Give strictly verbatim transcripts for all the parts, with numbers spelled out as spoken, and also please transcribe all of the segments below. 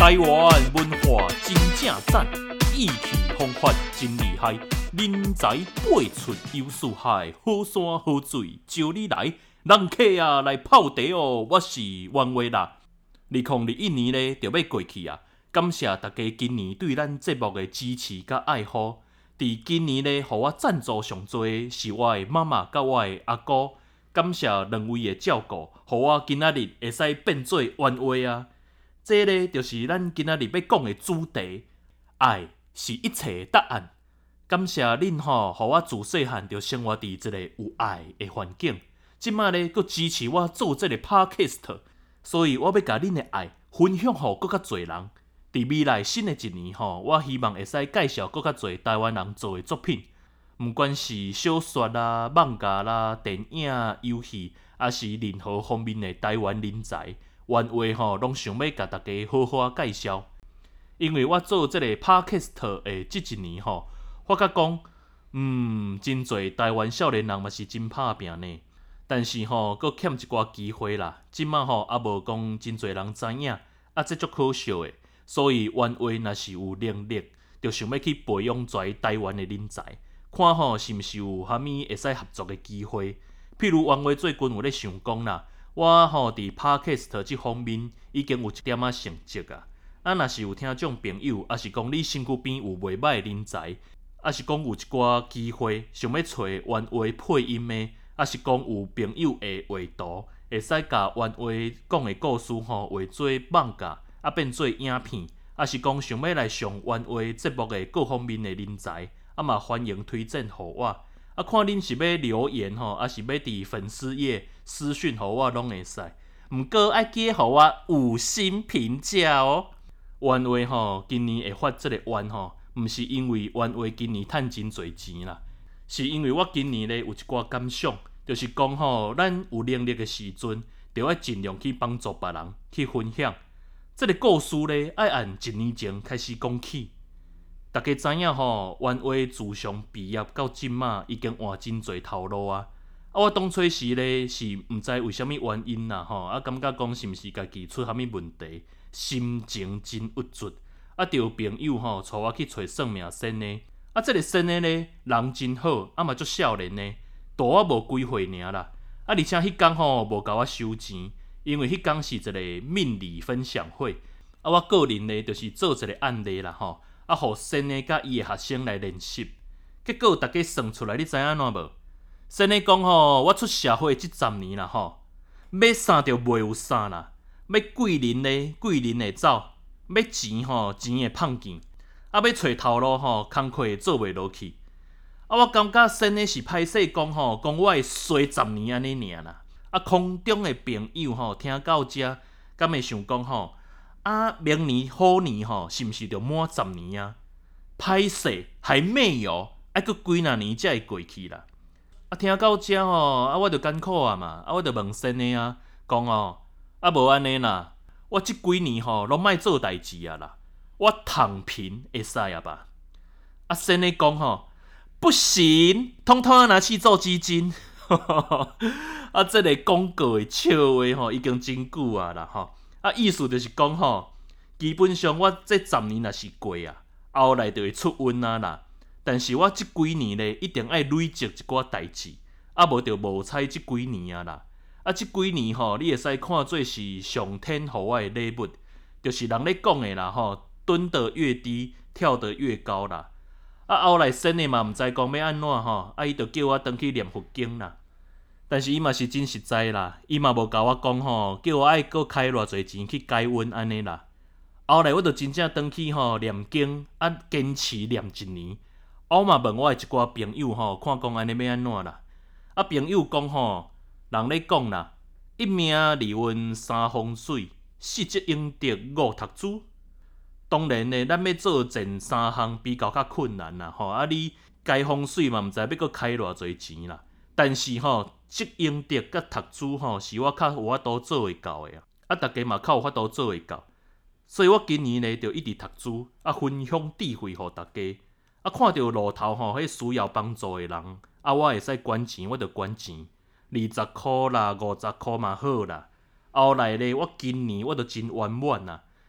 台湾文化真正赞，意气风发真厉害，人才辈出有四海，好山好水招你来，人客啊来泡茶哦，我是王维啦。二零二一年呢就要过去啊，感谢大家今年对咱节目的支持甲爱护。伫今年呢，互我赞助上多是我的妈妈甲我的阿哥，感谢两位的照顾，互我今仔日会使变做原话啊。这呢，就是咱今仔日要讲的主题，爱是一切的答案。感谢恁吼，互我自细汉就生活伫一个有爱的环境，即摆呢，佫支持我做这个 podcast， 所以我要甲恁的爱分享互佫较侪人。伫未来新的一年吼，我希望会使介绍佫较侪台湾人做的作品，毋管是小说啦、漫画啦、电影、游戏，还是任何方面的台湾人才。原话吼，拢想要甲大家好好介绍，因为我做这个 podcast 的即一年吼，我甲讲，嗯，真侪台湾少年人嘛是真拍拼呢，但是吼，佫欠一寡机会啦。即马吼也无讲真侪人知影，啊，这足可笑的。所以原话若是有能力，就想要去培养一个台湾的人才，看吼是毋是有虾米会使合作的机会。譬如原话最近有咧想讲啦。我吼伫 podcast 即方面已经有一点仔成绩啊！啊，若是有听众朋友，还是讲你身躯边有袂歹的人才，还是讲有一寡机会想要找原话配音的，还是讲有朋友会画图，会使甲原话讲的故事吼画做漫画，啊变做影片，还是讲想要来上原话节目的各方面的人才，啊嘛欢迎推荐互我。啊，看恁是要留言吼，还是要伫粉丝页私讯互我拢会使。毋过爱记互我五星评价哦。原话吼，今年会发这个愿吼，毋是因为原话今年趁真侪钱啦，是因为我今年咧有一寡感想，就是讲吼，咱有能力的时阵，就要尽量去帮助别人去分享。这个故事咧，爱按一年前开始讲起。大家知影吼，原话自上毕业到即马已经换真侪头路啊！啊，我当初时咧是毋知为虾米原因啦吼，啊感觉讲是毋是家己出虾米问题，心情真郁卒。啊，就有朋友吼带我去找算命先的，啊，这个先的咧人真好，啊嘛足少年的，大我无几岁尔啦。啊，而且迄天吼无甲我收钱，因为迄天是一个命理分享会，啊，我个人咧就是做一个案例啦吼。啊，互先的甲伊的学生来练习，结果大家算出来，你知影安怎无？先的讲吼，我出社会即十年啦吼，要啥就袂有啥啦，要贵人咧，贵人会走；要钱吼，钱会碰见；啊，要找头路吼，工课会做袂落去。啊，我感觉先的是歹势讲吼，讲我会衰十年安尼尔啦。啊，空中的朋友吼，听到遮，敢会想讲吼？啊，明年好年吼，是毋是就满十年啊？歹势还没有，还佫几若年才会过去啦。啊，听到遮吼，啊，我就艰苦啊嘛，啊，我就问先的啊，讲哦，啊，无安尼啦，我即几年吼，拢莫做代志啊啦，我躺平会使啊吧？啊，先的讲吼，不行，通通拿去做基金。啊，这个广告的笑话吼，已经真久啊啦吼。啊，意思就是讲吼，基本上我这十年若是过啊，后来就会出运啊啦。但是我即几年咧，一定爱累积一寡代志，啊无就无采即几年啊啦。啊，即几年吼，你会使看做是上天互我的礼物，就是人咧讲的啦吼，蹲得越低，跳得越高啦。啊，后来先的嘛，毋知讲要安怎吼，啊伊就叫我转去念佛经啦。但是伊嘛是真实在啦，伊嘛无甲我讲吼，叫我爱搁开偌侪钱去解运安尼啦。后来我就真正转去吼念经，啊坚持念一年。我嘛问我的一寡朋友吼，看讲安尼要安怎啦？啊朋友讲吼，人咧讲啦，一命二运三风水，四积阴德五读书。当然咧，咱要做前三项比较较困难啦吼。啊你解风水嘛，毋知要搁开偌侪钱啦。但是吼，积阴德甲读书吼，是我较有法度做会到的啊！啊，大家嘛较有法度做会到，所以我今年咧就一直读书，啊，分享智慧互大家。啊，看到路头吼，迄需要帮助的人，啊，我会使捐钱，我就捐钱，二十箍啦，五十箍嘛好啦。后来咧，我今年我就真圆满啦，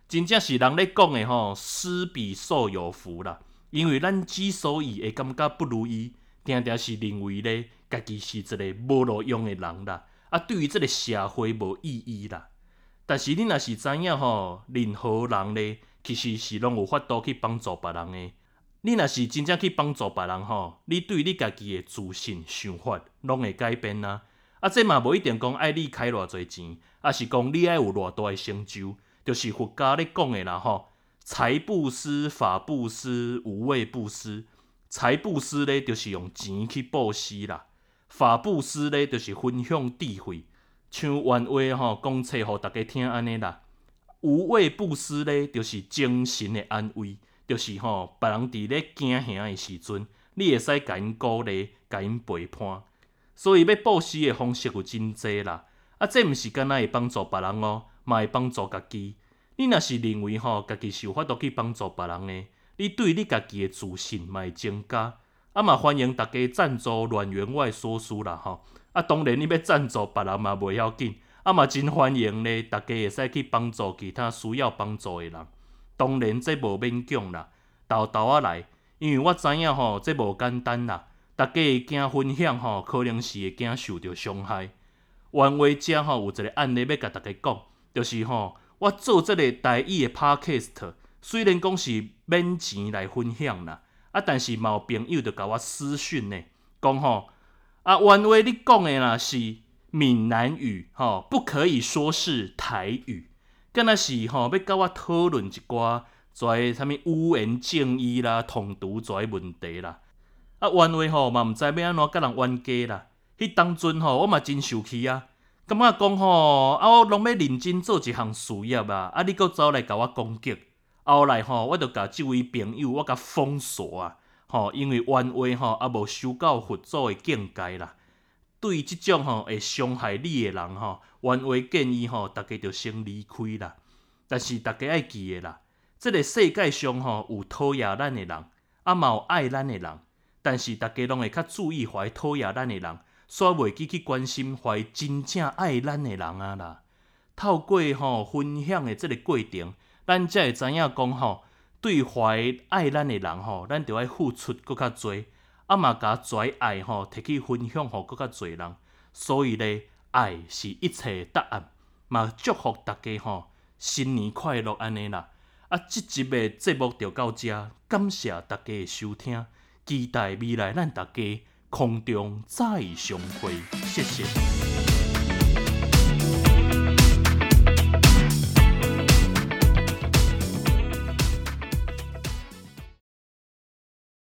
真正是人咧讲的吼，施比受有福啦。因为咱之所以会感觉不如意，定定是认为咧，家己是一个无路用的人啦，啊，对于这个社会无意义啦。但是你若是知影吼，任何人咧，其实是拢有法度去帮助别人的。你若是真正去帮助别人吼，你对你家己的自信想法拢会改变啊。啊，这嘛无一定讲爱你开偌侪钱，啊是讲你爱有偌大的成就，就是佛家咧讲的啦吼。财布施、法布施、无畏布施。财布施咧，就是用钱去布施啦；法布施咧，就是分享智慧。像原话吼，讲册互大家听安尼啦。无畏布施咧，就是精神的安慰，就是吼，别人伫咧惊吓的时阵，你会使甲因鼓励、甲因陪伴。所以要布施的方式有真济啦。啊，这毋是干那会帮助别人哦，嘛会帮助家己。你若是认为吼，家己是有法度去帮助别人的，你对你家己的自信嘛会增加。啊嘛欢迎大家赞助阮员外所需啦吼。啊当然你要赞助别人嘛袂要紧，啊嘛真欢迎咧，大家会使去帮助其他需要帮助的人。当然这无勉强啦，豆豆仔来，因为我知影吼，这无简单啦。大家会惊分享吼，可能是会惊受到伤害。原话遮吼有一个案例要甲大家讲，就是吼。我做这个台语的 podcast， 虽然讲是免钱来分享啦，啊，但是嘛有朋友就甲我私讯呢，讲吼啊，原话你讲的啦是闽南语，吼，不可以说是台语，敢若是吼要甲我讨论一寡跩啥物语言正义啦、统独跩问题啦。啊，原话吼嘛毋知要安怎甲人冤家啦。迄当阵吼，我嘛真受气啊。感觉讲吼，啊，我拢要认真做一项事业啊，啊，你搁走来甲我攻击，后来吼，我就甲即位朋友我甲封锁啊，吼，因为原话吼啊无修到佛祖的境界啦。对即种吼会伤害你的人吼，原话建议吼，大家就先离开啦。但是大家爱记的啦，即个世界上吼有讨厌咱的人，啊嘛有爱咱的人，但是大家拢会较注意怀讨厌咱的人。煞袂记去关心怀真正爱咱的人啊啦。透过吼分享的这个过程，咱才会知影讲吼，对怀爱咱的人吼，咱就要付出搁较多，啊嘛甲跩爱吼摕去分享互搁较多人。所以咧，爱是一切答案。嘛祝福大家吼，新年快乐安尼啦。啊，即集的节目就到这，感谢大家的收听，期待未来咱大家。空中再相会，谢谢。